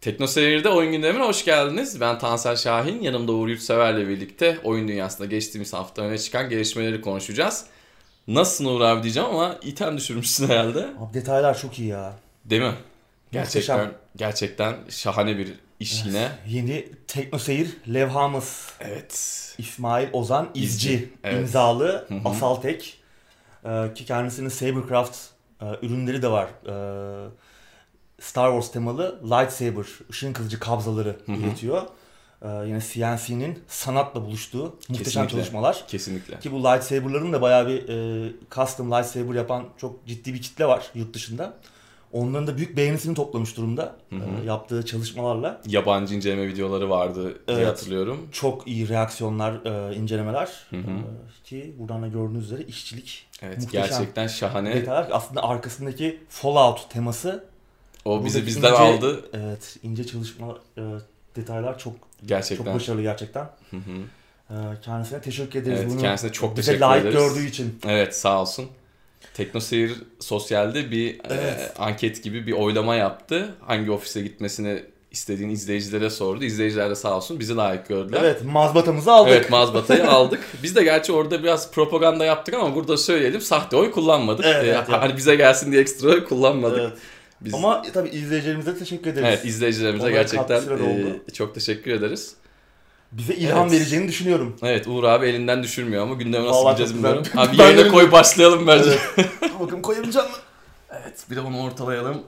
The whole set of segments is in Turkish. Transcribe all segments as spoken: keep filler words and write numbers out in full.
Tekno Seyir'de oyun gündemine hoş geldiniz. Ben Tansel Şahin, yanımda Uğur Yurtsever'le birlikte oyun dünyasında geçtiğimiz hafta öne çıkan gelişmeleri konuşacağız. Nasılsın Uğur abi diyeceğim ama item düşürmüşsün herhalde. Abi detaylar çok iyi ya. Değil mi? Gerçekten Muhteşem. gerçekten şahane bir iş yine. Yeni Tekno Seyir levhamız. Evet. İsmail Ozan İzci, İzci, evet. imzalı Hı hı. Asaltek ee, ki kendisinin Sabercraft e, ürünleri de var. Ee, Star Wars temalı lightsaber, ışın kılıcı kabzaları Hı hı. üretiyor. Ee, yine C N C'nin sanatla buluştuğu muhteşem Kesinlikle. çalışmalar. Kesinlikle. Ki bu lightsaber'ların da bayağı bir e, custom lightsaber yapan çok ciddi bir kitle var yurt dışında. Onların da büyük beğenisini toplamış durumda Hı hı. e, yaptığı çalışmalarla. Yabancı inceleme videoları vardı diye Evet. hatırlıyorum. Çok iyi reaksiyonlar, e, incelemeler. Hı hı. E, ki buradan da gördüğünüz üzere işçilik Evet, muhteşem. gerçekten şahane. Detaylar. Aslında arkasındaki Fallout teması. O bizi buradaki bizden ince- aldı. Evet, ince çalışma e, detaylar çok Gerçekten. çok başarılı gerçekten. Hı hı. E, kendisine teşekkür ederiz. Evet, Bunu kendisine çok bize teşekkür layık ederiz. gördüğü için. Evet, sağ olsun. Tekno Seyir Sosyal'de bir Evet. e, anket gibi bir oylama yaptı. Hangi ofise gitmesini istediğini izleyicilere sordu. İzleyiciler de sağ olsun bizi layık gördüler. Evet, mazbatamızı aldık. Evet, mazbatayı aldık. Biz de gerçi orada biraz propaganda yaptık ama burada söyleyelim, sahte oy kullanmadık. Evet, Ee, evet, hani evet. bize gelsin diye ekstra oy kullanmadık. Evet. Biz... Ama tabii izleyicilerimize teşekkür ederiz. Evet, izleyicilerimize Onların gerçekten katkısı da oldu. e, çok teşekkür ederiz. Bize ilham Evet. vereceğini düşünüyorum. Evet, Uğur abi elinden düşürmüyor ama gündeme nasıl Vallahi gideceğiz çok güzel. bilmiyorum. Abi Ben yayına de koy, başlayalım bence. Evet. Dur bakalım koyabileceğim mi? Evet, bir de onu ortalayalım.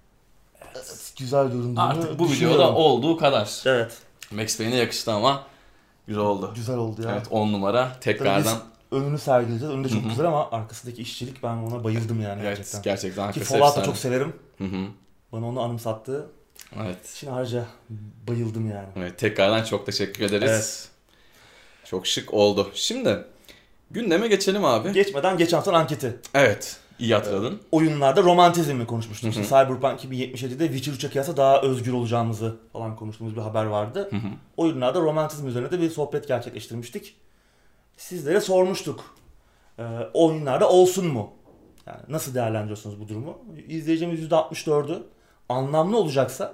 Evet, güzel göründüğünü Artık bu düşünüyorum. videoda olduğu kadar. Evet. Max Payne'e yakıştı ama güzel oldu. Güzel oldu ya. Evet, on numara Tabii tekrardan. biz önünü sergileyeceğiz. Önünde çok Hı hı. güzel ama arkasındaki işçilik, ben ona bayıldım yani Evet, gerçekten. gerçekten Ki arkası Fallout'u efsane. çok severim. Hı hı. Bana onu anımsattı. Evet. için harca bayıldım yani. Evet, tekrardan çok teşekkür ederiz. Evet. Çok şık oldu. Şimdi gündeme geçelim abi. Geçmeden geçen haftanın anketi. Evet, iyi hatırladın. Oyunlarda romantizmi konuşmuştuk. Hı hı. İşte Cyberpunk iki bin yetmiş yedide Witcher üçe kıyasla daha özgür olacağımızı falan konuştuğumuz bir haber vardı. Hı hı. Oyunlarda romantizm üzerine de bir sohbet gerçekleştirmiştik. Sizlere sormuştuk. Ee, oyunlarda olsun mu? Yani nasıl değerlendiriyorsunuz bu durumu? İzleyicimiz yüzde altmış dördü anlamlı olacaksa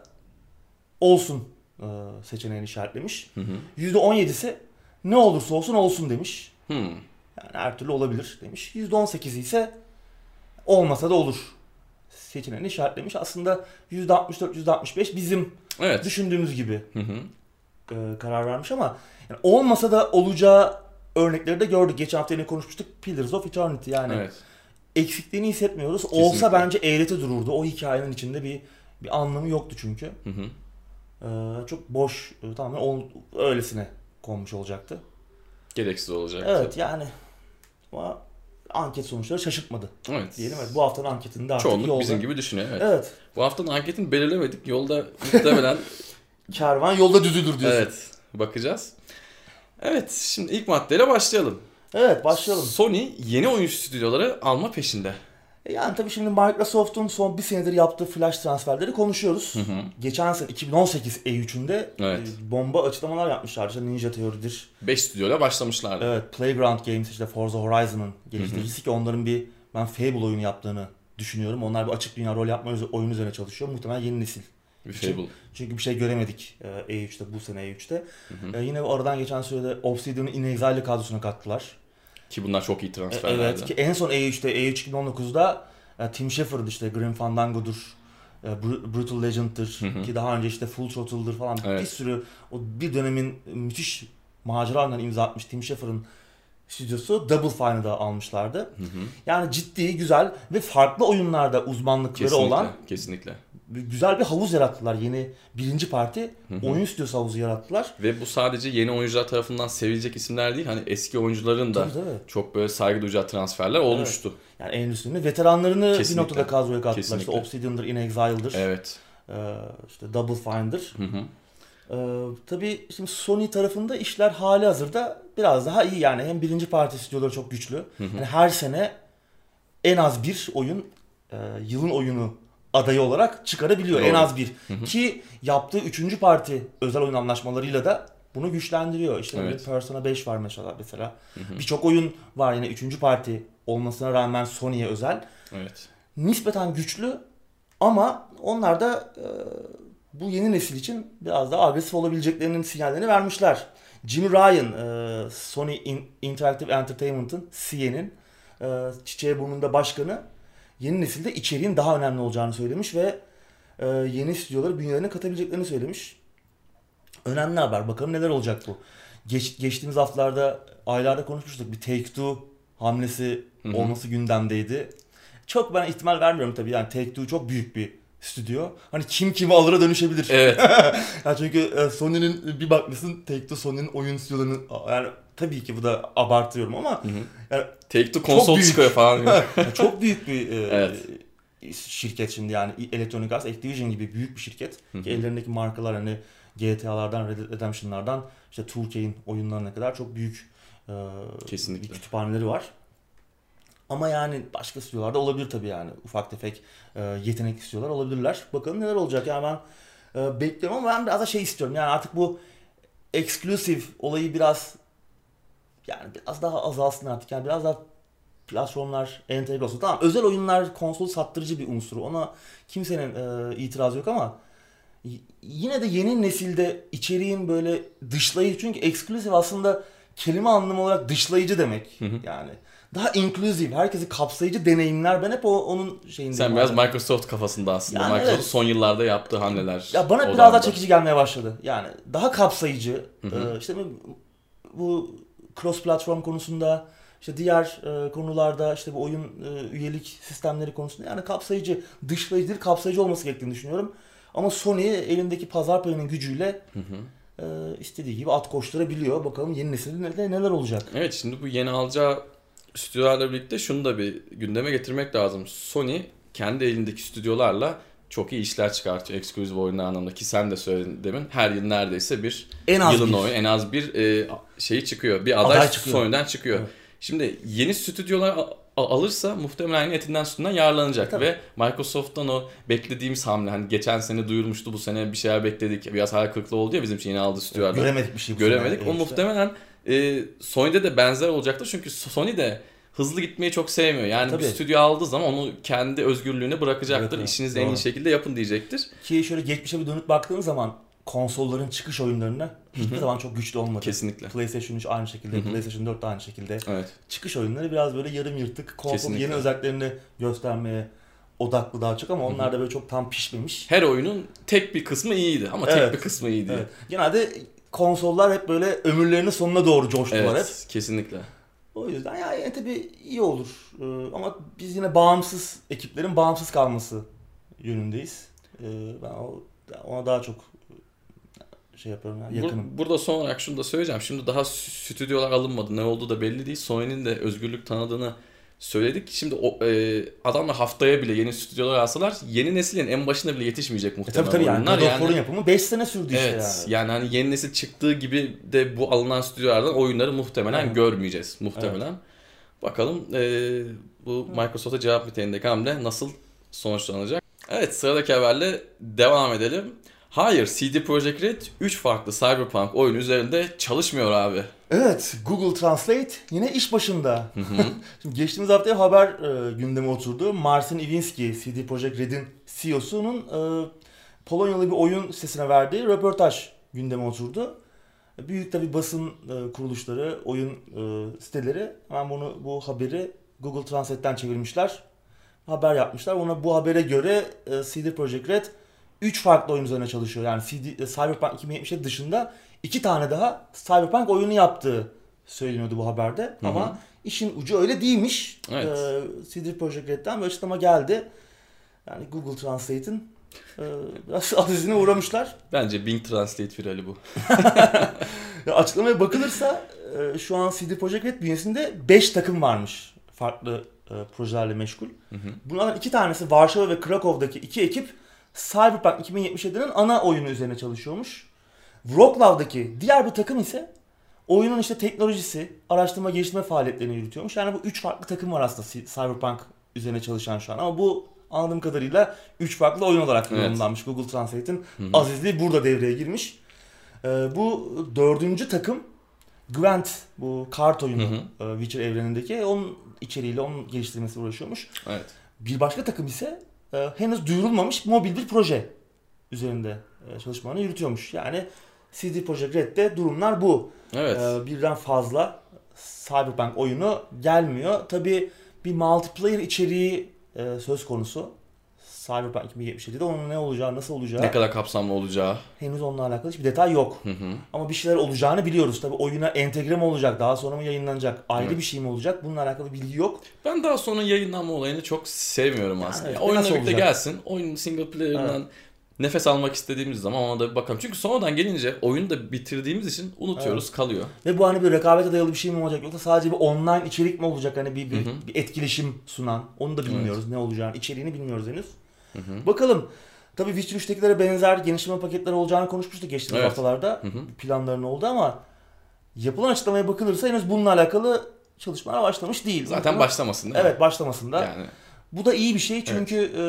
olsun e, seçeneğini işaretlemiş. Hı hı. yüzde on yedisi ne olursa olsun olsun demiş. Hı. Yani her türlü olabilir demiş. yüzde on sekizi ise olmasa da olur seçeneğini işaretlemiş. Aslında yüzde altmış dört yüzde altmış beş bizim Evet. düşündüğümüz gibi Hı hı. e, karar vermiş ama yani olmasa da olacağı örnekleri de gördük. Geçen hafta yine konuşmuştuk. Pillars of Eternity yani. Evet. Eksikliğini hissetmiyoruz. Kesinlikle. Olsa bence eğreti dururdu. O hikayenin içinde bir bir anlamı yoktu çünkü. Hı hı. Ee, çok boş, e, tamamen ol, öylesine konmuş olacaktı. Gereksiz olacak. Evet yani ama anket sonuçları şaşırtmadı. Evet. Diyelim. Evet, bu haftanın anketinde artık Çoğunluk yolda. bizim gibi düşünüyor. Evet. Evet. Bu haftanın anketini belirlemedik. Yolda muhtemelen Kervan yolda düzülür diyorsun. evet, bakacağız. Evet, şimdi ilk maddeyle başlayalım. Evet, başlayalım. Sony yeni oyun stüdyoları alma peşinde. E Yani tabii şimdi Microsoft'un son bir senedir yaptığı flash transferleri konuşuyoruz. Hı hı. Geçen sene iki bin on sekiz E üç'ünde Evet. e, bomba açıklamalar yapmışlardı. İşte Ninja Theory'dir. beş stüdyoyla başlamışlardı. Evet, Playground Games, işte Forza Horizon'ın geliştiricisi ki onların bir ben Fable oyunu yaptığını düşünüyorum. Onlar bir açık dünya rol yapma üze- oyun üzerine çalışıyor. Muhtemelen yeni nesil. Bir için. Fable. Çünkü bir şey göremedik e, E üç'te, bu sene E üç'te. Hı hı. E, yine aradan geçen sürede Obsidian'ı In Exile kadrosuna kattılar. Ki bunlar çok iyi E, transferlerdi. evet ki en son E üç'te, E üç iki bin on dokuz'da e, Tim Schafer'dı, işte Grim Fandango'dur, e, Br- Brutal Legend'dır Hı hı. ki daha önce işte Full Throttle'dır falan Evet. bir sürü o bir dönemin müthiş maceralarından imza atmış Tim Schafer'ın stüdyosu Double Fine'ı da almışlardı. Hı hı. Yani ciddi, güzel ve farklı oyunlarda uzmanlıkları Kesinlikle. olan Kesinlikle. güzel bir havuz yarattılar. Yeni birinci parti Hı hı. oyun stüdyosu havuzu yarattılar. Ve bu sadece yeni oyuncular tarafından sevilecek isimler değil. Hani eski oyuncuların da Tabii, tabii. çok böyle saygı duyacağı transferler olmuştu. Yani endüstrinin veteranlarını Kesinlikle. bir noktada kadroya kattılar. Kesinlikle. İşte Obsidian'dır, In Exile'dır, Evet. e, işte Double Fine'dır. Hı hı. E, tabii şimdi Sony tarafında işler hali hazırda biraz daha iyi. Yani hem birinci parti stüdyoları çok güçlü. Hı hı. Yani her sene en az bir oyun e, yılın oyunu adayı olarak çıkarabiliyor. Doğru. En az bir. Hı hı. Ki yaptığı üçüncü parti özel oyun anlaşmalarıyla da bunu güçlendiriyor. İşte Evet. böyle Persona beş var mesela. mesela. Hı hı. Birçok oyun var yine üçüncü parti olmasına rağmen Sony'ye özel. Evet. Nispeten güçlü ama onlar da e, bu yeni nesil için biraz daha agresif olabileceklerinin sinyallerini vermişler. Jim Ryan, e, Sony Interactive Entertainment'ın C E'nin e, çiçeği burnunda başkanı, yeni nesilde içeriğin daha önemli olacağını söylemiş ve e, yeni stüdyoları bünyelerine katabileceklerini söylemiş. Önemli haber. Bakalım neler olacak bu. Geç, geçtiğimiz haftalarda, aylarda konuşmuştuk. Bir Take-Two hamlesi Hı-hı. olması gündemdeydi. Çok ben ihtimal vermiyorum tabii. Yani Take-Two çok büyük bir stüdyo. Hani kim kimi alır'a dönüşebilir. Evet. Yani çünkü Sony'nin bir bakmışsın Take-Two Sony'nin oyun stüdyolarını, yani tabii ki bu da abartıyorum ama yani Take-Two konsol çıkıyor falan. Yani çok büyük bir evet. e, şirket şimdi, yani Electronic Arts, Activision gibi büyük bir şirket. Ki ellerindeki markalar hani G T A'lardan, Red Dead Redemption'lardan işte iki K'in oyunlarına kadar çok büyük e, bir kütüphaneleri var. Ama yani başka stüdyolarda olabilir tabii yani. Ufak tefek e, yetenekli stüdyolar olabilirler. Bakalım neler olacak. Yani ben e, bekliyorum ama ben biraz da şey istiyorum. Yani artık bu exclusive olayı biraz yani biraz daha azalsın artık. Yani biraz daha platformlar entegre olsun. Tamam, özel oyunlar konsol sattırıcı bir unsur. Ona kimsenin e, itirazı yok ama yine de yeni nesilde içeriğin böyle dışlayıcı, çünkü exclusive aslında kelime anlamı olarak dışlayıcı demek. Hı hı. Yani daha inclusive, herkesi kapsayıcı deneyimler. Ben hep o, onun şeyindeyim. Sen biraz yani Microsoft kafasında aslında. Yani Microsoft evet. son yıllarda yaptığı hamleler. Ya bana biraz daha çekici gelmeye başladı. Yani daha kapsayıcı. Hı hı. E, işte bu cross platform konusunda, işte diğer e, konularda, işte bu oyun e, üyelik sistemleri konusunda yani kapsayıcı, dışlayıcı değil, kapsayıcı olması gerektiğini düşünüyorum. Ama Sony elindeki pazar payının gücüyle hı hı. E, istediği gibi at koşturabiliyor. Bakalım yeni nesilde neler olacak. Evet, şimdi bu yeni alacağı stüdyolarla birlikte şunu da bir gündeme getirmek lazım. Sony kendi elindeki stüdyolarla çok iyi işler çıkartıyor. Exclusive oyunlar anlamında, ki sen de söyledin demin. Her yıl neredeyse bir en az yılın bir. oyun, en az bir e, şeyi çıkıyor. Bir aday, aday çıkıyor. Sony'den çıkıyor. Evet. Şimdi yeni stüdyolar alırsa muhtemelen etinden sütünden yararlanacak e, ve Microsoft'tan o beklediğimiz hamle, hani geçen sene duyurmuştu, bu sene bir şeyler bekledik, biraz hayal kırıklığı oldu ya bizim için yeni aldığı stüdyolarda. Göremedik bir şey. Göremedik. O işte. Muhtemelen e, Sony'de de benzer olacaktır çünkü Sony de hızlı gitmeyi çok sevmiyor. Yani Tabii. bir stüdyo aldığı zaman onu kendi özgürlüğüne bırakacaktır. Evet, İşinizi en iyi şekilde yapın diyecektir. Ki şöyle geçmişe bir dönüp baktığın zaman konsolların çıkış oyunlarına hiçbir Hı-hı. zaman çok güçlü olmadı. Kesinlikle. PlayStation üç aynı şekilde, Hı-hı. PlayStation dört de aynı şekilde. Evet. Çıkış oyunları biraz böyle yarım yırtık, konsol yeni özelliklerini göstermeye odaklı daha çok ama Hı-hı. onlar da böyle çok tam pişmemiş. Her oyunun tek bir kısmı iyiydi ama evet. tek bir kısmı iyiydi. Evet. Genelde konsollar hep böyle ömürlerinin sonuna doğru coştular evet, hep. Kesinlikle. O yüzden ya yani tabii iyi olur. Ee, ama biz yine bağımsız ekiplerin bağımsız kalması yönündeyiz. Ee, ben o, ona daha çok şey yapıyorum yani, yakınım. Bur- burada son olarak şunu da söyleyeceğim. Şimdi daha stüdyolar alınmadı. Ne olduğu da belli değil. Sony'nin de özgürlük tanıdığını söyledik. Şimdi o, e, adamlar haftaya bile yeni stüdyolar alsalar yeni neslin en başına bile yetişmeyecek muhtemelen. E tabii tabii yani. God of War'un yapımı beş sene sürdü evet, işte yani. Yani hani yeni nesil çıktığı gibi de bu alınan stüdyolardan oyunları muhtemelen evet. görmeyeceğiz. Muhtemelen. Evet. Bakalım e, bu Microsoft'a cevap niteliğindeki hamle nasıl sonuçlanacak. Evet, sıradaki haberle devam edelim. Hayır, C D Projekt Red üç farklı Cyberpunk oyun üzerinde çalışmıyor abi. Evet, Google Translate yine iş başında. Hı hı. Şimdi geçtiğimiz haftaya haber e, gündeme oturdu. Marcin Iwinski, C D Projekt Red'in C E O'sunun e, Polonyalı bir oyun sitesine verdiği röportaj gündeme oturdu. Büyük tabii basın e, kuruluşları, oyun e, siteleri hemen bunu bu haberi Google Translate'ten çevirmişler. Haber yapmışlar. Ona bu habere göre e, C D Projekt Red üç farklı oyun üzerine çalışıyor. Yani C D, Cyberpunk iki bin yetmiş yedi dışında iki tane daha Cyberpunk oyunu yaptığı söyleniyordu bu haberde. Hı-hı. Ama işin ucu öyle değilmiş. Evet. Ee, C D Projekt Red'den bir açıklama geldi. Yani Google Translate'in e, biraz azizine uğramışlar. Bence Bing Translate virali bu. Ya açıklamaya bakılırsa e, şu an C D Projekt Red bünyesinde beş takım varmış. Farklı e, projelerle meşgul. Hı-hı. Bunlardan iki tanesi Varşova ve Krakow'daki iki ekip Cyberpunk iki bin yetmiş yedi'nin ana oyunu üzerine çalışıyormuş. Wrocław'daki diğer bir takım ise oyunun işte teknolojisi, araştırma geliştirme faaliyetlerini yürütüyormuş. Yani bu üç farklı takım var aslında Cyberpunk üzerine çalışan şu an. Ama bu anladığım kadarıyla üç farklı oyun olarak yorumlanmış. Evet. Google Translate'in Hı-hı. azizliği burada devreye girmiş. Ee, bu dördüncü takım Gwent, bu kart oyunu Hı-hı. Witcher evrenindeki, onun içeriğiyle onun geliştirmesi uğraşıyormuş. Evet. Bir başka takım ise e, henüz duyurulmamış mobil bir proje üzerinde e, çalışmalarını yürütüyormuş. Yani C D Projekt Red'de durumlar bu. Evet. Ee, birden fazla Cyberpunk oyunu gelmiyor. Tabii bir multiplayer içeriği e, söz konusu. Cyberpunk iki bin yetmiş yedi'de onun ne olacağı, nasıl olacağı, Ne kadar kapsamlı olacağı. henüz onunla alakalı hiçbir detay yok. Hı hı. Ama bir şeyler olacağını biliyoruz. Tabii oyuna entegre mi olacak, daha sonra mı yayınlanacak, ayrı Evet. bir şey mi olacak? Bununla alakalı bilgi yok. Ben daha sonra yayınlanma olayını çok sevmiyorum aslında. evet, Yani oyunla nasıl birlikte olacak? gelsin. Oyun single player'ından Evet. nefes almak istediğimiz zaman ona da bir bakalım. Çünkü sonradan gelince oyunu da bitirdiğimiz için unutuyoruz, kalıyor. Ve bu hani bir rekabete dayalı bir şey mi olacak yoksa sadece bir online içerik mi olacak? Hani bir, bir, Hı hı. bir etkileşim sunan. Onu da bilmiyoruz ne olacağını. İçeriğini bilmiyoruz henüz. Hı hı. Bakalım. Tabii Witcher üç'tekilere benzer genişleme paketleri olacağını konuşmuştuk geçtiğimiz Evet. haftalarda. Hı hı. Planların oldu ama yapılan açıklamaya bakılırsa henüz bununla alakalı çalışmalar başlamış değil. Zaten Ama, başlamasın değil mi? evet başlamasında. Yani Bu da iyi bir şey çünkü e,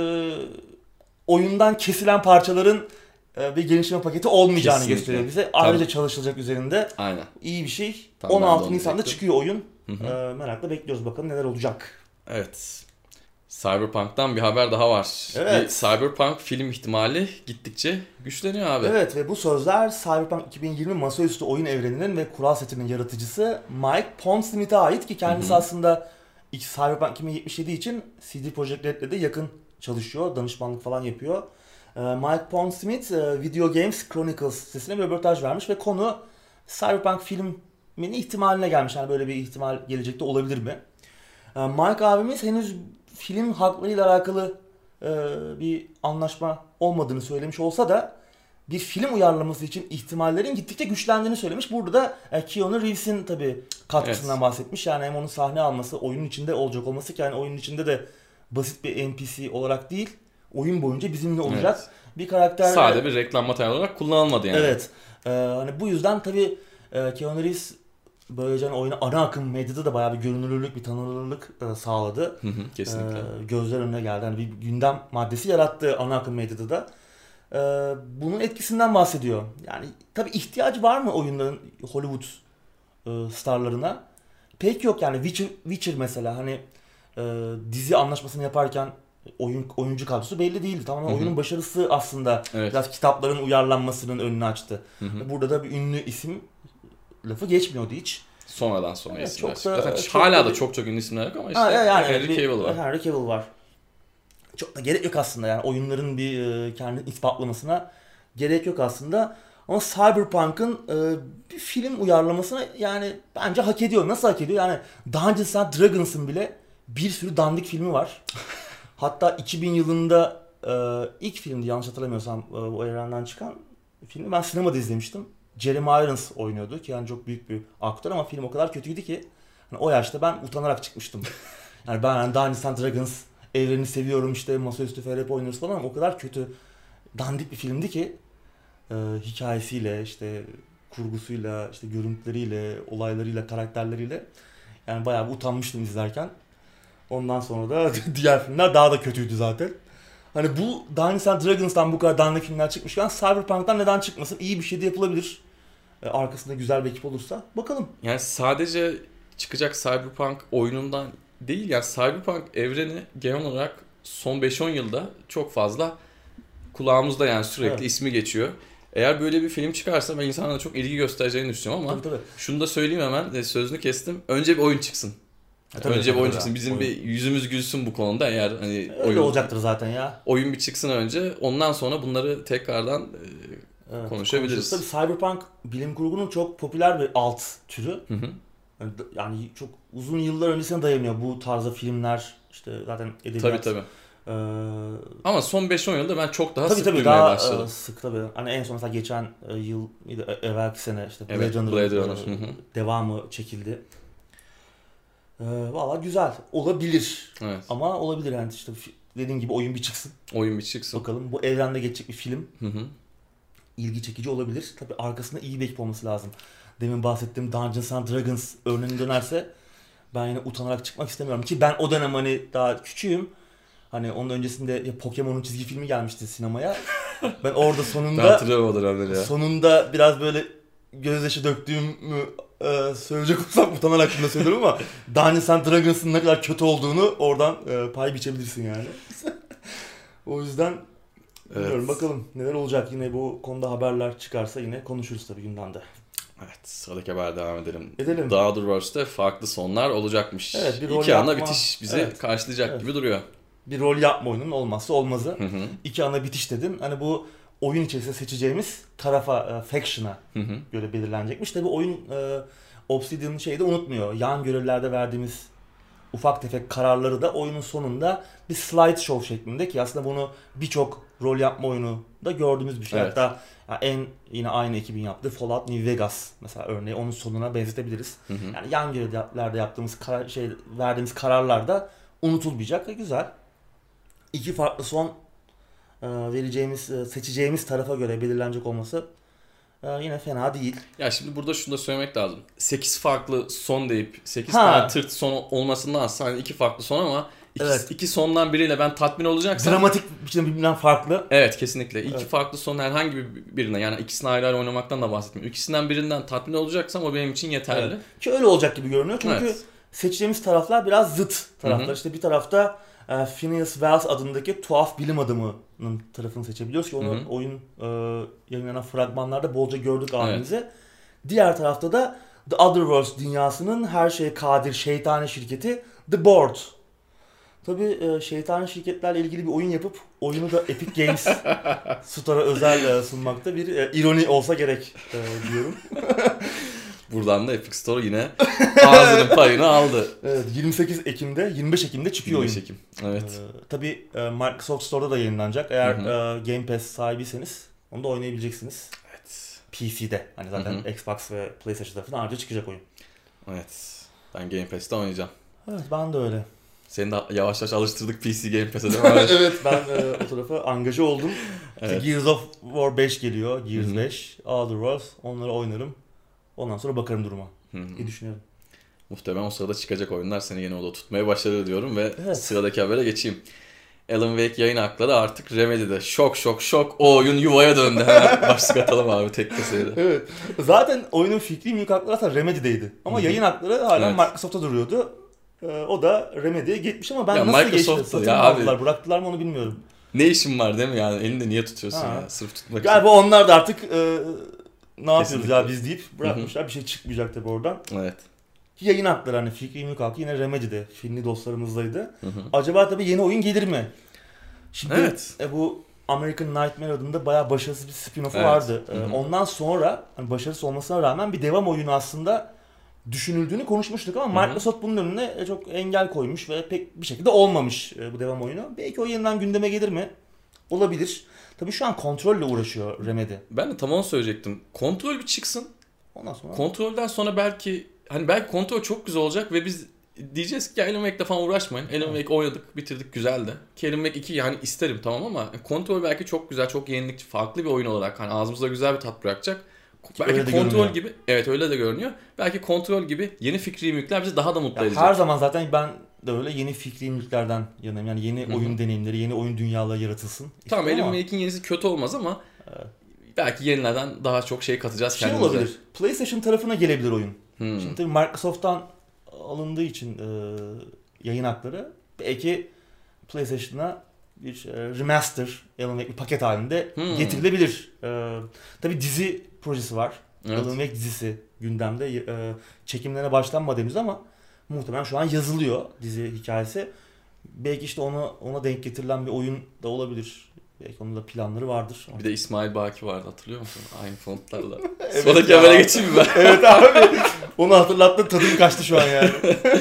oyundan kesilen parçaların e, bir genişleme paketi olmayacağını Kesinlikle. gösteriyor bize. Ayrıca Tabii. çalışılacak üzerinde. aynen. İyi bir şey. Tam ben de on altı onu Nisan'da diyecektim. çıkıyor oyun. Hı hı. E, merakla bekliyoruz bakalım neler olacak. Evet. Cyberpunk'tan bir haber daha var. Evet. Bir Cyberpunk film ihtimali gittikçe güçleniyor abi. Evet ve bu sözler Cyberpunk iki bin yirmi masaüstü oyun evreninin ve kural setinin yaratıcısı Mike Pondsmith'e ait ki kendisi Hı hı. aslında ilk Cyberpunk iki bin yetmiş yedi için C D Projekt Red'le de yakın çalışıyor. Danışmanlık falan yapıyor. Ee, Mike Pondsmith e, Video Games Chronicles sitesine bir röportaj vermiş ve konu Cyberpunk filminin ihtimaline gelmiş. Yani böyle bir ihtimal gelecekte olabilir mi? Ee, Mike abimiz henüz film haklarıyla alakalı e, bir anlaşma olmadığını söylemiş olsa da bir film uyarlaması için ihtimallerin gittikçe güçlendiğini söylemiş. Burada da e, Keanu Reeves'in tabii katkısından Evet. bahsetmiş. Yani hem onun sahne alması, oyunun içinde olacak olması ki yani oyunun içinde de basit bir N P C olarak değil, oyun boyunca bizimle olacak Evet. bir karakter. Sade bir reklam materyali olarak kullanılmadı yani. Evet. E, hani bu yüzden tabii e, Keanu Reeves böylece hani oyuna ana akım medyada da bayağı bir görünürlük, bir tanınırlık e, sağladı. Hı hı, kesinlikle. Ee, gözler önüne geldi. Yani bir gündem maddesi yarattı ana akım medyada da. Ee, bunun etkisinden bahsediyor. Yani tabii ihtiyacı var mı oyunların Hollywood e, starlarına? Pek yok yani. Witcher, Witcher mesela hani e, dizi anlaşmasını yaparken oyun oyuncu kadrosu belli değildi. Tamamen Hı hı. oyunun başarısı aslında Evet. biraz kitapların uyarlanmasının önünü açtı. Hı hı. Burada da bir ünlü isim lafı geçmiyordu hiç. Sonradan sonra Evet, isimler çok da- çıktı. Zaten çok hala da- da çok çok ünlü isimler yok ama işte Ha, yani Henry bir- Cavill var. Henry Cavill var. Çok da gerek yok aslında yani oyunların bir e, kendini ispatlamasına gerek yok aslında. Ama Cyberpunk'ın e, bir film uyarlamasını yani bence hak ediyor. Nasıl hak ediyor? Yani Dungeons and Dragons'ın bile bir sürü dandik filmi var. Hatta iki bin yılında e, ilk filmdi yanlış hatırlamıyorsam e, bu evrenden çıkan filmi ben sinemada izlemiştim. Jeremy Irons oynuyordu ki yani çok büyük bir aktör ama film o kadar kötüydü ki hani o yaşta ben utanarak çıkmıştım. Yani ben yani Dungeons and Dragons evrenini seviyorum işte masaüstü F R P oynuyoruz falan ama o kadar kötü dandik bir filmdi ki e, hikayesiyle işte kurgusuyla işte görüntüleriyle olaylarıyla karakterleriyle yani bayağı bir utanmıştım izlerken. Ondan sonra da diğer filmler daha da kötüydü zaten. Hani bu Dungeons and Dragons'tan bu kadar dandik filmler çıkmışken Cyberpunk'tan neden çıkmasın? İyi bir şey de yapılabilir. E, arkasında güzel bir ekip olursa. Bakalım. Yani sadece çıkacak Cyberpunk oyunundan değil yani Cyberpunk evreni genel olarak son beş on yılda çok fazla kulağımızda yani sürekli Evet. ismi geçiyor. Eğer böyle bir film çıkarsa ben insanlara çok ilgi göstereceğini düşünüyorum ama Tabii tabii. şunu da söyleyeyim hemen de sözünü kestim. Önce bir oyun çıksın. E, tabii, Önce tabii, bir oyun tabii. çıksın. Bizim Oyun. bir yüzümüz gülsün bu konuda eğer hani Öyle oyun olacaktır zaten ya. oyun bir çıksın önce. Ondan sonra bunları tekrardan e, Evet, konuşabiliriz. Tabii Cyberpunk bilim kurgunun çok popüler bir alt türü. Hı hı. Yani, yani çok uzun yıllar öncesine dayanıyor bu tarzda filmler. İşte zaten edebiyat. Tabii tabii. Ee, Ama son beş on yılda ben çok daha tabii sık tabii duymaya daha başladım. e, sık tabii. Hani en son mesela geçen e, yıl e, evvelki sene işte Blade Evet, Runner'ın Blade Runner, e, hı hı. devamı çekildi. Ee, Valla güzel. Olabilir. Evet. Ama olabilir yani işte fi- dediğim gibi oyun bir çıksın. Oyun bir çıksın. Bakalım bu evrende geçecek bir film. Hı hı. İlgi çekici olabilir. Tabii arkasında iyi bir ekip olması lazım. Demin bahsettiğim Dungeons and Dragons örneğine dönerse ben yine utanarak çıkmak istemiyorum. Ki ben o dönem hani daha küçüğüm. Hani onun öncesinde ya Pokemon'un çizgi filmi gelmişti sinemaya. Ben orada Ben sonunda hatırlıyorum o dönemleri ya. sonunda biraz böyle gözyaşı döktüğümü e, söyleyecek olsam utanarak bunu söylüyorum ama Dungeons and Dragons'ın ne kadar kötü olduğunu oradan e, pay biçebilirsin yani. O yüzden Bilmiyorum, Evet. bakalım neler olacak, yine bu konuda haberler çıkarsa yine konuşuruz tabii gündemde. Evet, sıradaki habere devam edelim. Edelim. The Otherworlds'te farklı sonlar olacakmış. Evet, bir rol İki ana yapma- bitiş bizi Evet. karşılayacak Evet. gibi duruyor. Bir rol yapma oyunun olmazsa olmazı. Hı hı. İki ana bitiş dedin. Hani bu oyun içerisinde seçeceğimiz tarafa, e, faction'a Hı hı. göre belirlenecekmiş. Tabii oyun e, Obsidian'ın şeyi de unutmuyor. Yan görevlerde verdiğimiz ufak tefek kararları da oyunun sonunda bir slideshow şeklinde, ki aslında bunu birçok rol yapma oyunu da gördüğümüz bir şey. Evet. Hatta ya en yine aynı ekibin yaptığı Fallout New Vegas mesela örneği onun sonuna benzetebiliriz. Hı hı. Yani yan görevlerde yaptığımız karar, şey verdiğimiz kararlar da unutulmayacak ve güzel. İki farklı son e, vereceğimiz, e, seçeceğimiz tarafa göre belirlenecek olması e, yine fena değil. Ya şimdi burada şunu da söylemek lazım. sekiz farklı son deyip sekiz Ha. tane tırt son olmasındansa hani iki farklı son ama iki, Evet. iki sondan biriyle ben tatmin olacaksam Dramatik biçimde birbirinden farklı. evet kesinlikle. İki Evet. farklı son herhangi bir birine yani ikisini ayrı ayrı oynamaktan da bahsetmiyorum. İkisinden birinden tatmin olacaksam o benim için yeterli. Evet. Ki öyle olacak gibi görünüyor. Çünkü Evet. seçeceğimiz taraflar biraz zıt taraflar. Hı hı. İşte bir tarafta e, Phineas Wells adındaki tuhaf bilim adamının tarafını seçebiliyoruz ki onu Hı hı. oyun e, yayınlanan fragmanlarda bolca gördük abimize. Diğer tarafta da The Otherworlds dünyasının her şeye kadir şeytani şirketi The Board. Tabii e, şeytani şirketlerle ilgili bir oyun yapıp oyunu da Epic Games Store'a özel e, sunmakta bir e, ironi olsa gerek e, diyorum. Buradan da Epic Store yine ağzının payını aldı. Evet, yirmi sekiz Ekim'de, yirmi beş Ekim'de çıkıyor yirmi beş oyun. Ekim. Evet. Ee, tabii e, Microsoft Store'da da yayınlanacak. Eğer Hı e, Game Pass sahibiyseniz onu da oynayabileceksiniz. Evet. P C'de. Hani zaten Hı Xbox ve PlayStation tarafından ayrıca çıkacak oyun. Evet. Ben Game Pass'te oynayacağım. Evet, ben de öyle. Seni de yavaş yavaş alıştırdık P C Game Pass'e değil mi? Evet, ben e, o tarafa angaja oldum. Evet. İşte Gears of War beş geliyor. Gears Hı hı. beş, Outer Worlds. Onları oynarım. Ondan sonra bakarım duruma. Hı hı. İyi düşünüyorum. Muhtemelen o sırada çıkacak oyunlar seni yine oda tutmaya başarır diyorum ve Evet. sıradaki habere geçeyim. Alan Wake yayın hakları artık Remedy'de. Şok şok şok. O oyun yuvaya döndü. Hemen başlık atalım abi tek kasayla. Evet. Zaten oyunun fikri mülk hakları zaten Remedy'deydi. Ama Hı hı. yayın hakları hala Evet. Microsoft'ta duruyordu. Ee, o da Remedy'ye gitmiş ama ben Ya nasıl geçti? Microsoft'ta Satın ya aldılar, abi. bıraktılar mı onu bilmiyorum. Ne işin var değil mi yani? Elinde niye tutuyorsun Ha. ya? Sırf tutmak Galiba onlar da artık e, ne yapıyoruz Kesinlikle. ya biz deyip bırakmışlar. Bir şey çıkmayacak tabii oradan. için. Evet. Ki yayın hakları hani fikri mülk hakkı yine Remedy'de. Finli dostlarımızdaydı. Hı hı. Acaba tabii yeni oyun gelir mi? Şimdi Evet. e, bu American Nightmare adında bayağı başarısız bir spin-off'u Evet. vardı. E, Hı hı. ondan sonra hani başarısız olmasına rağmen bir devam oyunu aslında düşünüldüğünü konuşmuştuk ama Hı hı. Microsoft bunun önüne e, çok engel koymuş ve pek bir şekilde olmamış e, bu devam oyunu. Belki o yeniden gündeme gelir mi? Olabilir. Tabii şu an kontrolle uğraşıyor Remedy. Ben de tam onu söyleyecektim. Kontrol bir çıksın. Ondan sonra Kontrolden sonra belki hani belki kontrol çok güzel olacak ve biz diyeceğiz ki Alan Wake'le falan uğraşmayın. Alan Wake oynadık, bitirdik, güzeldi. Ki Alan Wake iki yani isterim tamam ama kontrol belki çok güzel, çok yenilikçi, farklı bir oyun olarak hani ağzımızda güzel bir tat bırakacak. Belki Öyle de kontrol görünüyor. gibi, evet öyle de görünüyor. Belki kontrol gibi yeni fikri mülkler bizi daha da mutlu ya edecek. her zaman zaten ben de öyle yeni fikri mülklerden yanayım. Yani yeni Hı hı. oyun deneyimleri, yeni oyun dünyaları yaratılsın. Tamam İstiyorum Alan ama Wake'in yenisi kötü olmaz ama Evet. belki yenilerden daha çok şey katacağız şey kendimize. olabilir. PlayStation tarafına gelebilir oyun. Hmm. Şimdi tabii Microsoft'tan alındığı için e, yayın hakları belki PlayStation'a bir e, remaster, Alan Wake bir paket halinde Hmm. getirilebilir. E, tabii dizi projesi var. Evet. Alan Wake dizisi gündemde. E, çekimlerine başlanmadı henüz ama muhtemelen şu an yazılıyor dizi hikayesi. Belki işte ona ona denk getirilen bir oyun da olabilir. Belki onun da planları vardır. Bir de İsmail Baki vardı hatırlıyor musun? Aynı fontlarla. Evet Sonraki ya. habere geçeyim mi ben? Evet abi. Onu hatırlattın, tadım kaçtı şu an yani.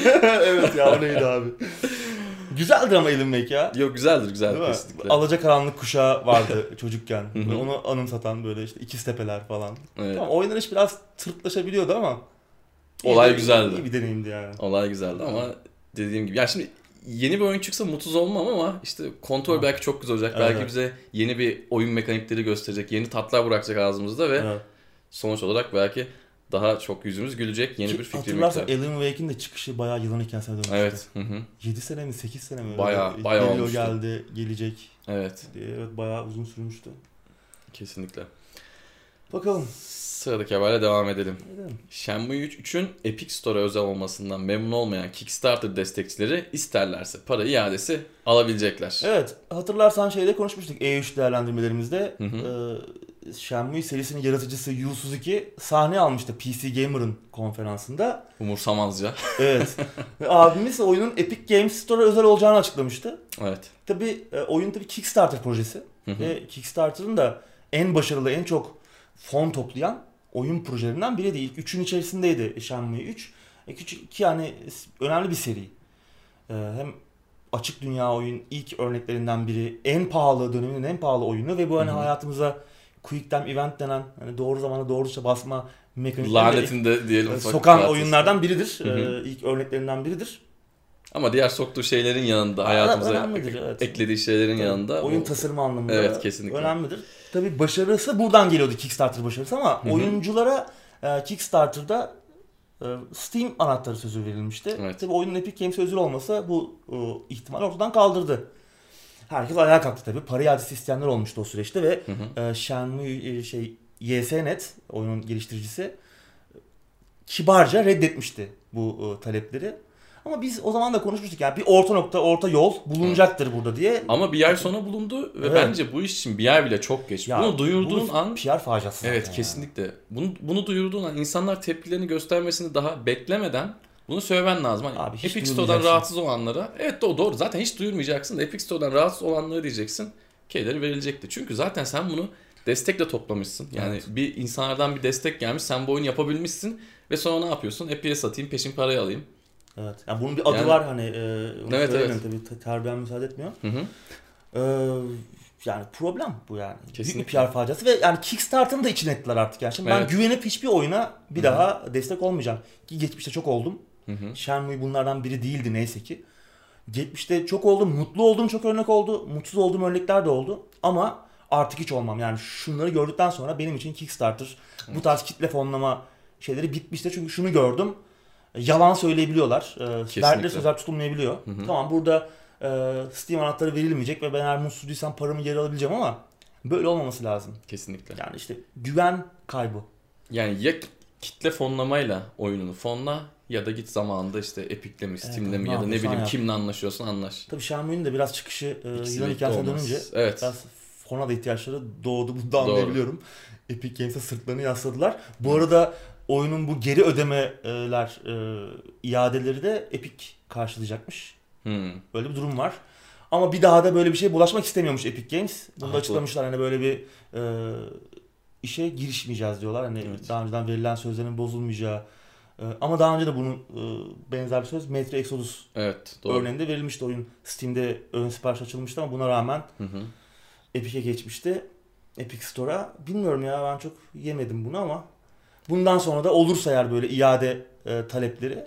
Evet ya, o neydi abi. Güzeldir ama Alan Wake ya. Yok güzeldir güzeldir Değil mi? kesinlikle. Alacakaranlık kuşağı vardı çocukken. Hı hı. Ve onu anımsatan böyle işte İkiztepeler falan. Evet. Tamam, oynanış biraz tırtlaşabiliyordu ama iyi Olay de- güzeldi. İyi bir deneyimdi yani. Olay güzeldi ama dediğim gibi. Ya şimdi yeni bir oyun çıksa mutsuz olmam ama işte kontrol Evet. belki çok güzel olacak. Evet, belki evet. bize yeni bir oyun mekanikleri gösterecek. Yeni tatlar bırakacak ağzımızda ve Evet. sonuç olarak belki daha çok yüzümüz gülecek. Yeni Ki bir fikri hatırlarsan miktar. Alan Wake'in de çıkışı bayağı yılan hikayesine dönmüştü. Evet. Hı hı. yedi sene mi sekiz sene mi? öyle Bayağı- böyle bayağı geliyor, olmuştu. geldi, gelecek Evet. diye. Evet, bayağı uzun sürmüştü. Kesinlikle. Bakalım. Sıradaki haberle devam edelim. Edelim. Shenmue üçün Epic Store'a özel olmasından memnun olmayan Kickstarter destekçileri isterlerse para iadesi alabilecekler. Evet, hatırlarsan şeyde konuşmuştuk E üç değerlendirmelerimizde. Hı hı. Ee, Shenmue serisinin yaratıcısı Yu Suzuki sahne almıştı P C Gamer'ın konferansında. Umursamazca. Evet. Ve abimiz oyunun Epic Games Store'a özel olacağını açıklamıştı. Evet. Tabii e, oyun tabii Kickstarter projesi. Hı hı. Ve Kickstarter'ın da en başarılı, en çok fon toplayan oyun projelerinden biri değil. Üçün içerisindeydi Shenmue üç. E, küçük ki yani önemli bir seri. E, hem açık dünya oyun ilk örneklerinden biri, en pahalı döneminin en pahalı oyunu ve bu hani Hı hı. hayatımıza Quick Time Event denen hani doğru zamanda doğru tuşa basma mekanikleri Lanetinde diyelim. ufak sokan bir oyunlardan biridir. Hı hı. E, ilk örneklerinden biridir. Ama diğer soktuğu şeylerin yanında, Aa, hayatımıza önemlidir, evet. eklediği şeylerin Tabii, yanında. oyun o- tasarımı anlamında Evet, kesinlikle. önemlidir. Tabii başarısı buradan geliyordu, Kickstarter başarısı, ama Hı hı. oyunculara e, Kickstarter'da e, Steam anahtarı sözü verilmişti. Evet. Tabii oyunun Epic Games özür olmasa bu e, ihtimali ortadan kaldırdı. Herkes ayağa kalktı tabii. Para iadesi isteyenler olmuştu o süreçte ve Hı hı. e, Shenmue e, şey Y S Net oyunun geliştiricisi kibarca reddetmişti bu e, talepleri. Ama biz o zaman da konuşmuştuk, yani bir orta nokta, orta yol bulunacaktır burada diye. Ama bir yer sonra bulundu ve Evet. bence bu iş için bir yer bile çok geç. Ya, bunu duyurduğun bu an P R faciası zaten evet yani. kesinlikle. Bunu bunu duyurduğun an insanlar tepkilerini göstermesini daha beklemeden bunu söylemen lazım. Hani Abi hiç Epic Store'dan duyurmayacaksın. rahatsız olanlara evet doğru, doğru zaten hiç duyurmayacaksın da Epic Store'dan rahatsız olanlara diyeceksin. Keyleri verilecekti. Çünkü zaten sen bunu destekle toplamışsın. Yani Evet. bir insanlardan bir destek gelmiş. Sen bu oyunu yapabilmişsin ve sonra ne yapıyorsun? Epic'e satayım, peşin parayı alayım. Evet. Yani bunun bir adı Yani- var hani. E, onu Evet, söylemiyorum evet. tabii, te- terbiyem müsaade etmiyor. Hı hı. E, yani problem bu yani. Büyük bir Kesinlikle. P R faciası ve yani Kickstarter'ın da içine ettiler artık yani. Şimdi ben Evet. güvenip hiçbir oyuna bir Hı hı. daha destek olmayacağım. Ki geçmişte çok oldum. Hı hı. Shenmue bunlardan biri değildi neyse ki. Geçmişte çok oldum, mutlu olduğum çok örnek oldu, mutsuz olduğum örnekler de oldu. Ama artık hiç olmam. Yani şunları gördükten sonra benim için Kickstarter, bu tarz kitle fonlama şeyleri bitmişti. Çünkü şunu gördüm, yalan söyleyebiliyorlar. E, verdikleri sözler tutulmayabiliyor. Hı hı. Tamam, burada e, Steam anahtarı verilmeyecek ve ben eğer mutsuz değilsem paramı geri alabileceğim ama böyle olmaması lazım. Kesinlikle. Yani işte güven kaybı. Yani ya kitle fonlamayla oyununu fonla ya da git zamanında işte Epic'le mi, Steam'le Evet, mi ne ya da ne yapıyorsan bileyim yap. kimle anlaşıyorsan anlaş. Tabii Shenmue'nin de biraz çıkışı e, İkisi yılan birlikte hikayesine olmaz. dönünce Evet. biraz fona da ihtiyaçları doğdu. Bunu da Doğru. anlayabiliyorum. Epic Games'e sırtlarını yasladılar. Bu arada oyunun bu geri ödemeler, e, iadeleri de Epic karşılayacakmış. Hmm. Böyle bir durum var. Ama bir daha da böyle bir şeye bulaşmak istemiyormuş Epic Games. Bunu da Haklı. açıklamışlar, hani böyle bir e, işe girişmeyeceğiz diyorlar. Hani Evet. daha önceden verilen sözlerin bozulmayacağı. E, ama daha önce de bunun e, benzer bir söz Metro Exodus Evet, doğru. örneğinde verilmişti. Oyun Steam'de ön sipariş açılmıştı ama buna rağmen Hı hı. Epic'e geçmişti. Epic Store'a. Bilmiyorum ya, ben çok yemedim bunu ama bundan sonra da olursa eğer böyle iade e, talepleri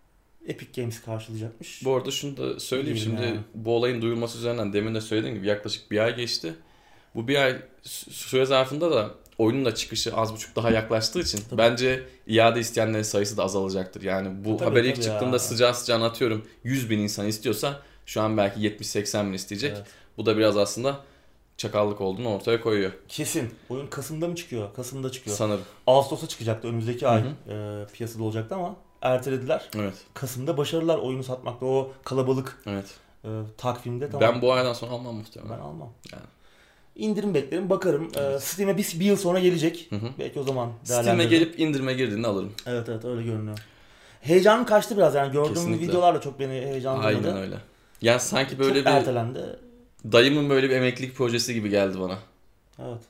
Epic Games karşılayacakmış. Bu arada şunu da söyleyeyim, Diyelim şimdi yani. bu olayın duyulması üzerinden demin de söylediğim gibi yaklaşık bir ay geçti. Bu bir ay sü- süre zarfında da oyunun da çıkışı az buçuk daha yaklaştığı için Tabii. bence iade isteyenlerin sayısı da azalacaktır. Yani bu Tabii, haber ilk tabii çıktığında ya. sıcağı sıcağına atıyorum yüz bin insan istiyorsa şu an belki yetmiş seksen bin isteyecek. Evet. Bu da biraz aslında çakallık olduğunu ortaya koyuyor Kesin. Oyun Kasım'da mı çıkıyor? Kasım'da çıkıyor. sanırım. Ağustos'a çıkacaktı önümüzdeki Hı ay hı. e, piyasada olacaktı ama ertelediler. Evet. Kasım'da başarılar oyunu satmakta, o kalabalık Evet. e, takvimde. Tamam. Ben bu aydan sonra almam muhtemelen. Ben almam. Yani. İndirim beklerim, bakarım. E, Evet. Steam'e bir, bir yıl sonra gelecek. Hı hı. Belki o zaman Steam'e değerlendiririm. gelip indirime girdiğinde alırım. Evet evet, öyle görünüyor. Heyecanım kaçtı biraz, yani gördüğüm Kesinlikle. videolar da çok beni heyecanlandırdı. Aynen öyle. Yani sanki böyle çok bir ertelendi. dayımın böyle bir emeklilik projesi gibi geldi bana. Evet.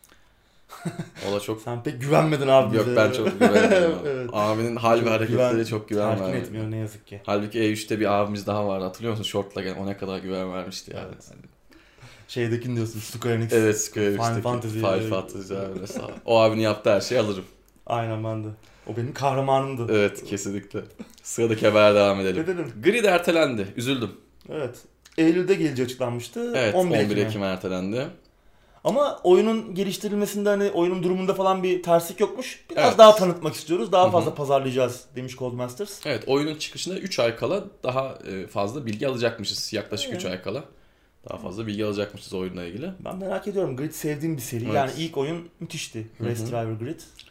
O da çok... Sen pek güvenmedin abi Yok bize. ben çok güvenmiyorum. Evet. Abinin hal ve Çok hareketleri güven- çok güven Telkin vermiyor. etmiyor ne yazık ki. Halbuki E üçte bir abimiz daha vardı. Hatırlıyor musun? Short'la gelen. O ne kadar güven vermişti yani. Evet. Şeydekini diyorsun, Square Enix. Evet, Square Final Enix'teki Fantasy. Final Fantasy abi mesela. O abinin yaptığı her şeyi alırım. Aynen, ben de. O benim kahramanımdı. Evet, kesinlikle. Sıradaki habere devam edelim. Edelim. Grid ertelendi. Üzüldüm. Evet. Eylül'de geleceği açıklanmıştı. Evet, on bir on bir Ekim'e. Ekim'e ertelendi. Ama oyunun geliştirilmesinde, hani oyunun durumunda falan bir terslik yokmuş. Biraz Evet. daha tanıtmak istiyoruz. Daha Hı hı. fazla pazarlayacağız demiş Codemasters. Evet, oyunun çıkışına üç ay kala daha e, fazla bilgi alacakmışız. Yaklaşık Evet. üç ay kala. Daha fazla bilgi alacakmışız oyunla ilgili. Ben merak ediyorum. Grid sevdiğim bir seri. Evet. Yani ilk oyun müthişti. Hı hı. Race Driver Grid.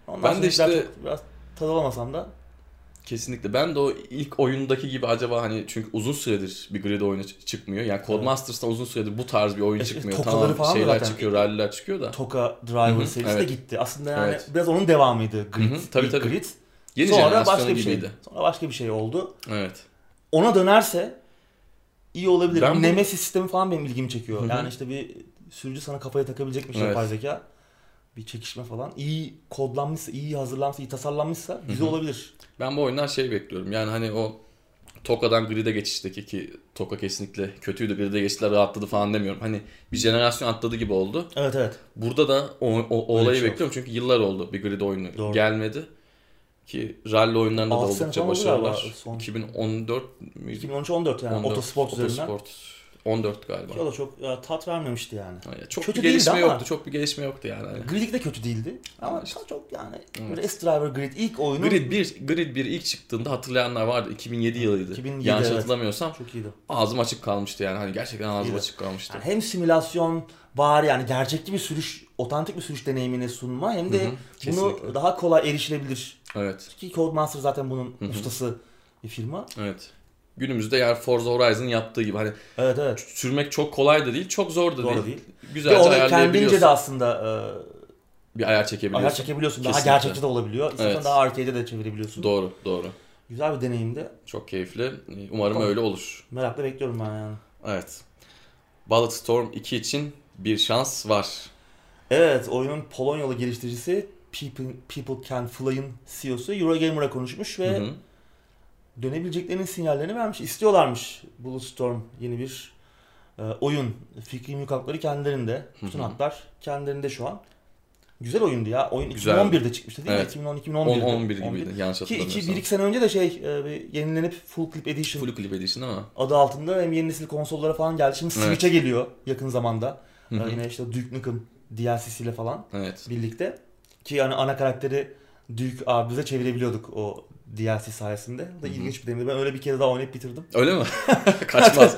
Ondan Ben de işte çok, biraz tad alamasam da. Kesinlikle. Ben de o ilk oyundaki gibi acaba hani çünkü uzun süredir bir grid oyunu çıkmıyor. Yani Codemasters'tan uzun süredir bu tarz bir oyun E, çıkmıyor. Tokaları Tamam şeyler zaten, çıkıyor, rally'ler çıkıyor da. Toka Driver Hı hı, serisi evet. de gitti. Aslında yani Evet. biraz onun devamıydı Grid. Hı hı, tabii, ilk tabii. Grid. Yeni Sonra jenerasyonu başka bir şey. gibiydi. Sonra başka bir şey oldu. Evet. Ona dönerse iyi olabilir. Ben bu bu- Nemesis sistemi falan benim ilgimi çekiyor. Hı hı. Yani işte bir sürücü sana kafaya takabilecekmiş Evet. yapay zeka. Bir çekişme falan. İyi kodlanmışsa, iyi hazırlanmışsa, iyi tasarlanmışsa güzel Hı hı. olabilir. Ben bu oyundan şey bekliyorum. Yani hani o Toka'dan Grid'e geçişteki ki Toka kesinlikle kötüydü. Grid'e geçtiler rahatladı falan demiyorum. Hani bir jenerasyon atladı gibi oldu. Evet evet. Burada da o, o, o Öyle olayı bir şey bekliyorum. Çünkü yıllar oldu bir Grid oyunu Doğru. gelmedi. Ki rally oyunlarında da altı sene oldukça falan oldu galiba başarılılar. son. iki bin on dört müydü? iki bin on üç on dört yani on dört, Otosport üzerinden. Otosport on dört galiba. Ki o da çok ya, tat vermemişti yani. Yani çok Kötü bir gelişme değildi ama- yoktu. Çok bir gelişme yoktu yani. Hani. Grid de kötü değildi. Ama Ama işte. çok yani Evet. Race Driver Grid ilk oyunun Grid bir Grid bir ilk çıktığında hatırlayanlar vardı. iki bin yedi yılıydı. iki bin yedi, Yanlış evet. hatırlamıyorsam çok iyiydi. ağzım açık kalmıştı yani. Hani gerçekten ağzım İyiydi. açık kalmıştı. Yani hem simülasyon var yani gerçekçi bir sürüş, otantik bir sürüş deneyimini sunma hem de Hı hı, bunu kesinlikle. daha kolay erişilebilir. Evet. Ki Codemaster zaten bunun Hı hı. ustası bir firma. Evet. Günümüzde yani Forza Horizon yaptığı gibi hani Evet evet. sürmek çok kolay da değil, çok zor da Doğru değil. değil. Ve Güzelce orada kendince ayarlayabiliyorsun. de aslında Bir ayar e, çekebiliyorsun. ayar çekebiliyorsun. Daha Kesinlikle. gerçekçi de olabiliyor. İstersen Evet. daha arcade'e de çevirebiliyorsun. Doğru, doğru. Güzel bir deneyimdi. Çok keyifli. Umarım Tamam. öyle olur. Merakla bekliyorum ben yani. Evet. Bulletstorm iki için bir şans var. Evet, oyunun Polonyalı geliştiricisi People, People Can Fly'ın C E O'su Eurogamer'a konuşmuş ve Hı hı. dönebileceklerinin sinyallerini vermiş. İstiyorlarmış Bulletstorm yeni bir e, oyun. Fikri mülk hakları kendilerinde. Bütün Hı hı. haklar kendilerinde şu an. Güzel oyundu ya. Oyun Güzel. iki bin on birde çıkmıştı değil Evet. mi? iki bin on iki bin on birde. on on bir gibiydi yanlış Ki iki, hatırlamıyorsam. bir iki sene önce de şey e, bir yenilenip Full Clip Edition Full Clip Edition ama. adı altında hem yeni nesil konsollara falan geldi. Şimdi Evet. Switch'e geliyor yakın zamanda. Hı hı. E, yine işte Duke Nukem D L C'siyle falan Evet. birlikte. Ki yani ana karakteri Duke abimize çevirebiliyorduk o D L C sayesinde. Bu da Hı hı. ilginç bir deneyimdi. Ben öyle bir kere daha oynayıp bitirdim. Öyle mi? Kaçmaz.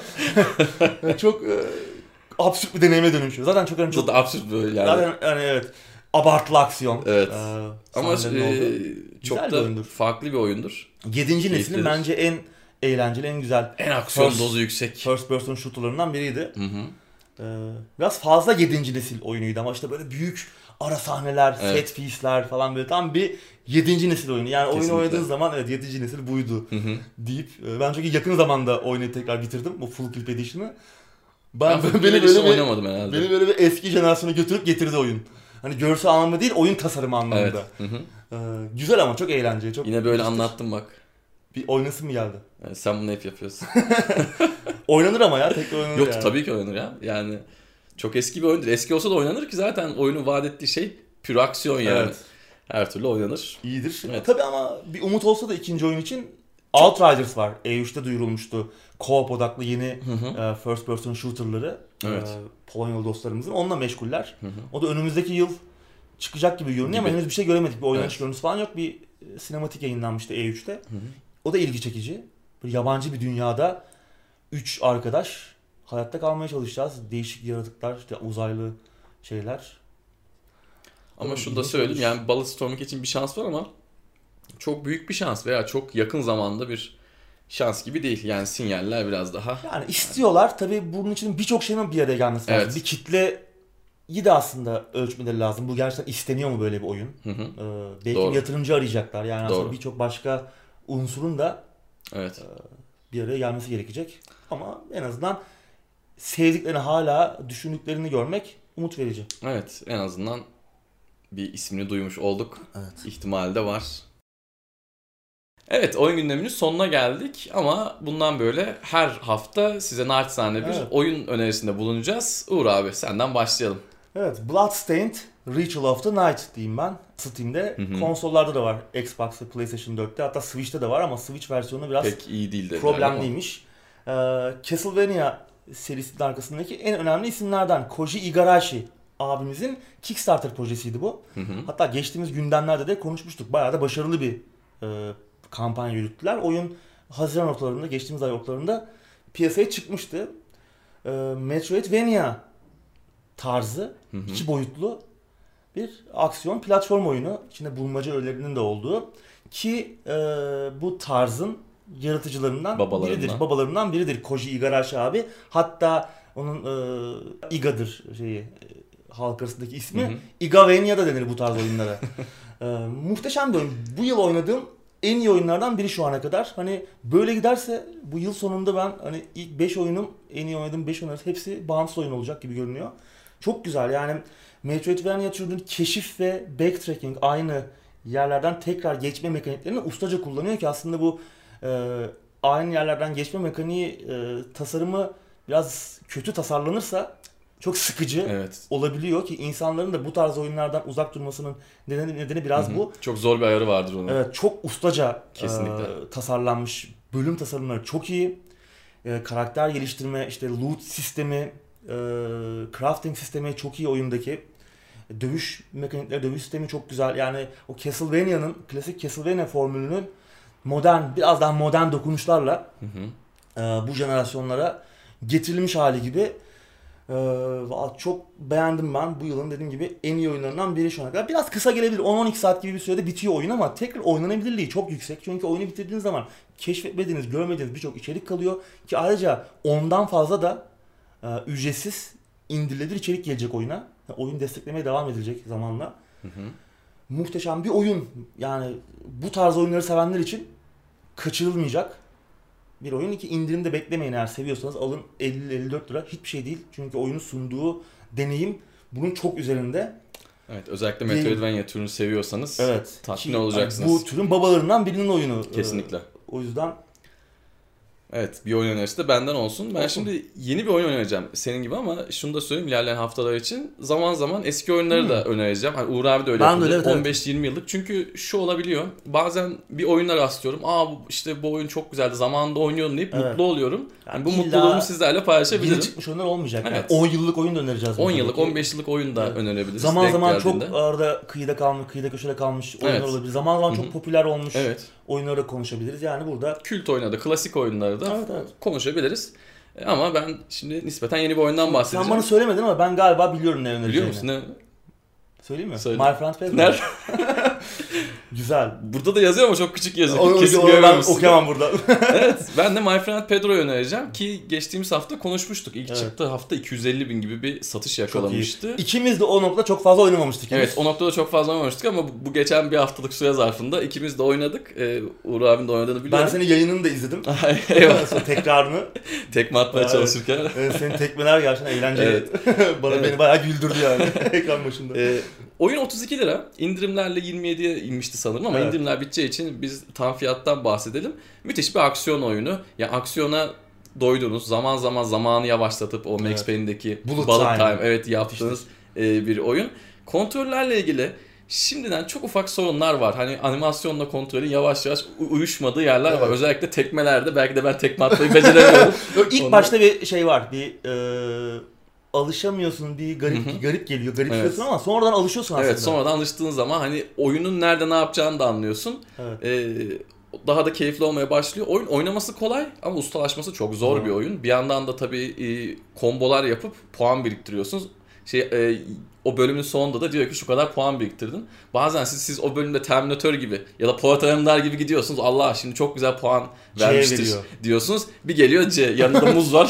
Yani çok e, absürt bir deneyime dönüşüyor. Zaten çok hani Çok çok da absürt böyle yani. zaten yani evet abartılı aksiyon. Evet. E, Ama sahnelerin e, olduğu. çok Güzel bir da oyundur. farklı bir oyundur. Yedinci neslin Keyiflidir. bence en eğlenceli, en güzel En aksiyon First- dozu yüksek. first person shooter'larından biriydi. Hı hı. Ee, biraz fazla yedinci nesil oyunuydu ama işte böyle büyük ara sahneler, Evet. set piece'ler falan böyle tam bir yedinci nesil oyunu. Yani oyunu Kesinlikle. oynadığın zaman evet yedinci nesil buydu Hı hı. deyip e, ben çünkü yakın zamanda oynayıp tekrar bitirdim bu Full Clip Edition'ı. Ben, Ben, Full beni Clip böyle Edition bir, oynamadım herhalde. beni böyle bir eski jenerasyona götürüp getirdi oyun. Hani görsel anlamda değil, oyun tasarımı Evet. anlamında. Hı hı. Ee, güzel ama çok eğlenceli. Çok Yine böyle ilginçtir. anlattım bak. Bir oynasın mı geldi? Yani sen bunu hep yapıyorsun. Oynanır ama ya tekrar oynanır Yok yani. tabii ki oynanır ya. Yani çok eski bir oyundur. Eski olsa da oynanır ki zaten oyunun vaat ettiği şey pür aksiyon yani. Evet. Her türlü oynanır. İyidir. Evet. Tabii ama bir umut olsa da ikinci oyun için Outriders var. E üçte duyurulmuştu. Co-op odaklı yeni Hı hı. e, first person shooter'ları. Evet. E, Polonyalı dostlarımızın. Onunla meşguller. Hı hı. O da önümüzdeki yıl çıkacak gibi görünüyor ama Gibi. henüz bir şey göremedik. Bir oynanış Evet. görüntüsü falan yok. Bir e, sinematik yayınlanmıştı E üçte. Hı hı. O da ilgi çekici. Böyle yabancı bir dünyada üç arkadaş hayatta kalmaya çalışacağız. Değişik yaratıklar, işte uzaylı şeyler. Ama Tabii şunu da ilginç söyleyeyim olmuş. yani Bulletstorm için bir şans var ama çok büyük bir şans veya çok yakın zamanda bir şans gibi değil. Yani sinyaller biraz daha. Yani istiyorlar. Tabii bunun için birçok şeyin bir araya gelmesi lazım. Evet. Bir kitleyi de aslında ölçmeleri lazım. Bu gerçekten isteniyor mu böyle bir oyun? Hı hı. Ee, belki Doğru. bir yatırımcı arayacaklar. Yani aslında Doğru. birçok başka unsurun da Evet. bir araya gelmesi gerekecek. Ama en azından sevdiklerini hala düşündüklerini görmek umut verici. Evet. En azından bir ismini duymuş olduk. Evet. İhtimali de var. Evet, oyun gündeminin sonuna geldik ama bundan böyle her hafta size naçizane bir Evet. oyun önerisinde bulunacağız. Uğur abi senden başlayalım. Evet, Bloodstained Ritual of the Night diyeyim ben. Steam'de, Hı hı. konsollarda da var. Xbox'ta, PlayStation dörtte, hatta Switch'te de var ama Switch versiyonu biraz Pek iyi değil dediler problemliymiş. Ee, Castlevania serisinin arkasındaki en önemli isimlerden Koji Igarashi abimizin Kickstarter projesiydi bu. ama. Hı hı. Hatta geçtiğimiz gündemlerde de konuşmuştuk. Bayağı da başarılı bir e, kampanya yürüttüler. Oyun Haziran ortalarında, geçtiğimiz ay ortalarında piyasaya çıkmıştı. E, Metroidvania tarzı, Hı hı. iki boyutlu bir aksiyon platform oyunu. İçinde bulmaca öğelerinin de olduğu ki e, bu tarzın yaratıcılarından Babalarından. biridir. Babalarından biridir Koji Igarashi abi. Hatta onun e, Iga'dır şeyi e, halk arasındaki ismi. Hı hı. Igavenia da denir bu tarz oyunlara. e, muhteşem bir oyun. Bu yıl oynadığım en iyi oyunlardan biri şu ana kadar. Hani böyle giderse bu yıl sonunda ben hani ilk beş oyunum, en iyi oynadığım beş oyun arası hepsi bağımsız oyun olacak gibi görünüyor. Çok güzel yani Metroidvania türünün keşif ve backtracking aynı yerlerden tekrar geçme mekaniklerini ustaca kullanıyor ki aslında bu e, aynı yerlerden geçme mekaniği e, tasarımı biraz kötü tasarlanırsa çok sıkıcı evet. olabiliyor ki insanların da bu tarz oyunlardan uzak durmasının nedeni, nedeni biraz Hı-hı. bu. Çok zor bir ayarı vardır onun. Evet, çok ustaca e, tasarlanmış. Bölüm tasarımları çok iyi. E, karakter geliştirme, işte loot sistemi, e, crafting sistemi çok iyi oyundaki. Dövüş mekanikleri, dövüş sistemi çok güzel. Yani o Castlevania'nın, klasik Castlevania formülünün modern, biraz daha modern dokunuşlarla hı hı. E, bu jenerasyonlara getirilmiş hali gibi. Ee, çok beğendim ben. Bu yılın dediğim gibi en iyi oyunlarından biri şu ana kadar. Biraz kısa gelebilir. on on iki saat gibi bir sürede bitiyor oyun ama tekrar oynanabilirliği çok yüksek. Çünkü oyunu bitirdiğiniz zaman keşfetmediğiniz, görmediğiniz birçok içerik kalıyor. Ki ayrıca ondan fazla da e, ücretsiz indirilebilir içerik gelecek oyuna. Oyun desteklemeye devam edilecek zamanla. Hı hı. Muhteşem bir oyun. Yani bu tarz oyunları sevenler için kaçırılmayacak bir oyun. Ki indirimde beklemeyin, eğer seviyorsanız alın, elli elli dört lira hiçbir şey değil. Çünkü oyunun sunduğu deneyim bunun çok üzerinde. Evet, özellikle Metroidvania türünü seviyorsanız evet, tatmin ki, olacaksınız. Bu türün babalarından birinin oyunu. Kesinlikle. O yüzden evet, bir oyun önerisi de benden olsun. Ben olsun. Şimdi yeni bir oyun önereceğim senin gibi ama şunu da söyleyeyim, ilerleyen haftalar için zaman zaman eski oyunları hmm. da önereceğim. Hani Uğur abi de öyle ben yapıyor. Evet, on beş yirmi yıllık. Çünkü şu olabiliyor. Bazen bir oyunla rastlıyorum. Aa işte bu oyun çok güzeldi, zamanında oynuyordum deyip evet. mutlu oluyorum. Yani yani bu mutluluğumu sizlerle paylaşabilirim. Yeni çıkmış oyunlar olmayacak. Evet. Yani on yıllık oyun da önereceğiz. on yıllık, on beş yıllık oyun da evet. önerebiliriz. Zaman zaman geldiğinde. Çok arada kıyıda kalmış, kıyıda köşede kalmış oyunlar evet. olabilir. Zaman zaman Hı-hı. çok popüler olmuş evet. oyunları da konuşabiliriz. Yani burada kült oyunları, klasik oyunları da evet, evet. konuşabiliriz. Ama ben şimdi nispeten yeni bir oyundan bahsedeceğim. Sen bana söylemedin ama ben galiba biliyorum ne önereceğini. Biliyor musun ne? Söyleyeyim mi? Söyle. My Friend Pedro. Nerede? Güzel. Burada da yazıyor ama çok küçük yazıyor. O, Kesin o, ben okuyamam burada. Evet, ben de My Friend Pedro'yu önereceğim ki geçtiğimiz hafta konuşmuştuk. İlk evet. çıktığı hafta iki yüz elli bin gibi bir satış yakalamıştı. İkimiz de o noktada çok fazla oynamamıştık. Evet, o noktada çok fazla oynamamıştık ama bu geçen bir haftalık süre zarfında ikimiz de oynadık. Ee, Uğur abinin de oynadığını biliyorum. Ben senin yayınını da izledim. Eyvallah. Sonra tekrarını. Tekme atmaya çalışırken. Evet, senin tekmeler gerçekten eğlenceli. Evet. Bana evet. beni bayağı güldürdü yani ekran başında. Ee, oyun otuz iki lira. İndirimlerle yirmi yediye inmişti sanırım ama evet. indirimler biteceği için biz tam fiyattan bahsedelim. Müthiş bir aksiyon oyunu. Ya yani aksiyona doydunuz. Zaman zaman zamanı yavaşlatıp o Max evet. Payne'deki Bullet, Bullet Time. Time evet yaptığınız e, bir oyun. Kontrollerle ilgili şimdiden çok ufak sorunlar var. Hani animasyonla kontrolün yavaş yavaş uyuşmadığı yerler evet. var. Özellikle tekmelerde. Belki de ben tekme atmayı beceremiyorum. İlk Ondan... başta bir şey var. Bir e... alışamıyorsun, bir garip Hı-hı. garip geliyor, garip evet. ama sonradan alışıyorsun aslında. Evet, sonradan alıştığın zaman hani oyunun nerede ne yapacağını da anlıyorsun. Evet. Ee, daha da keyifli olmaya başlıyor. Oyun oynaması kolay ama ustalaşması çok zor Hı-hı. bir oyun. Bir yandan da tabii e, kombolar yapıp puan biriktiriyorsunuz. Şey e, o bölümün sonunda da diyor ki şu kadar puan biriktirdin. Bazen siz siz o bölümde Terminator gibi ya da Polat Alemdar gibi gidiyorsunuz. Allah şimdi çok güzel puan vermiştir diyorsunuz. Bir geliyor C. Yanında muz var.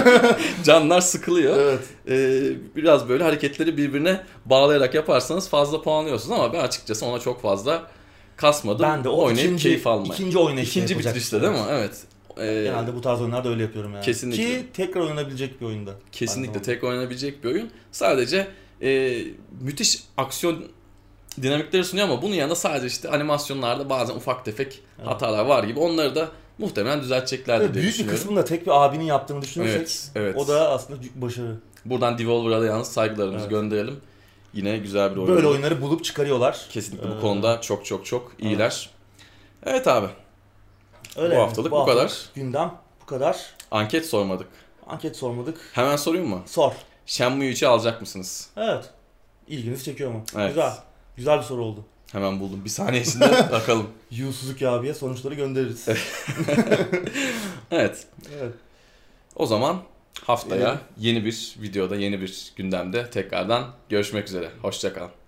Canlar sıkılıyor. Evet. Ee, biraz böyle hareketleri birbirine bağlayarak yaparsanız fazla puan alıyorsunuz ama ben açıkçası ona çok fazla kasmadım. Ben de o oynayıp ikinci, keyif almaya. İkinci oynayışı İkinci bitirişte değil mi? Evet. Ee, Genelde bu tarz oyunlarda öyle yapıyorum yani. Kesinlikle. Ki tekrar oynanabilecek bir oyunda. Kesinlikle tekrar oynanabilecek bir oyun. Sadece e, müthiş aksiyon dinamikleri sunuyor ama bunun yanında sadece işte animasyonlarda bazen ufak tefek evet. hatalar var gibi. Onları da muhtemelen düzelteceklerdir evet, diye büyük düşünüyorum. Büyük bir kısmını da tek bir abinin yaptığını düşünürsek evet, evet. o da aslında büyük başarı. Buradan Devolver'a da yalnız saygılarımızı evet. gönderelim. Yine güzel bir oyun. Böyle oyunları bulup çıkarıyorlar. Kesinlikle ee, bu konuda çok çok çok iyiler. Evet, evet abi. Öyle bu haftalık bu, bu haftalık kadar. Gündem bu kadar. Anket sormadık. Anket sormadık. Hemen sorayım mı? Sor. Shenmue üçü alacak mısınız? Evet. İlginizi çekiyor mu? Evet. Güzel. Güzel bir soru oldu. Hemen buldum. Bir saniye içinde bakalım. Yu Suzuki abiye sonuçları göndeririz. evet. Evet. O zaman haftaya evet. yeni bir videoda, yeni bir gündemde tekrardan görüşmek üzere. Hoşça kalın.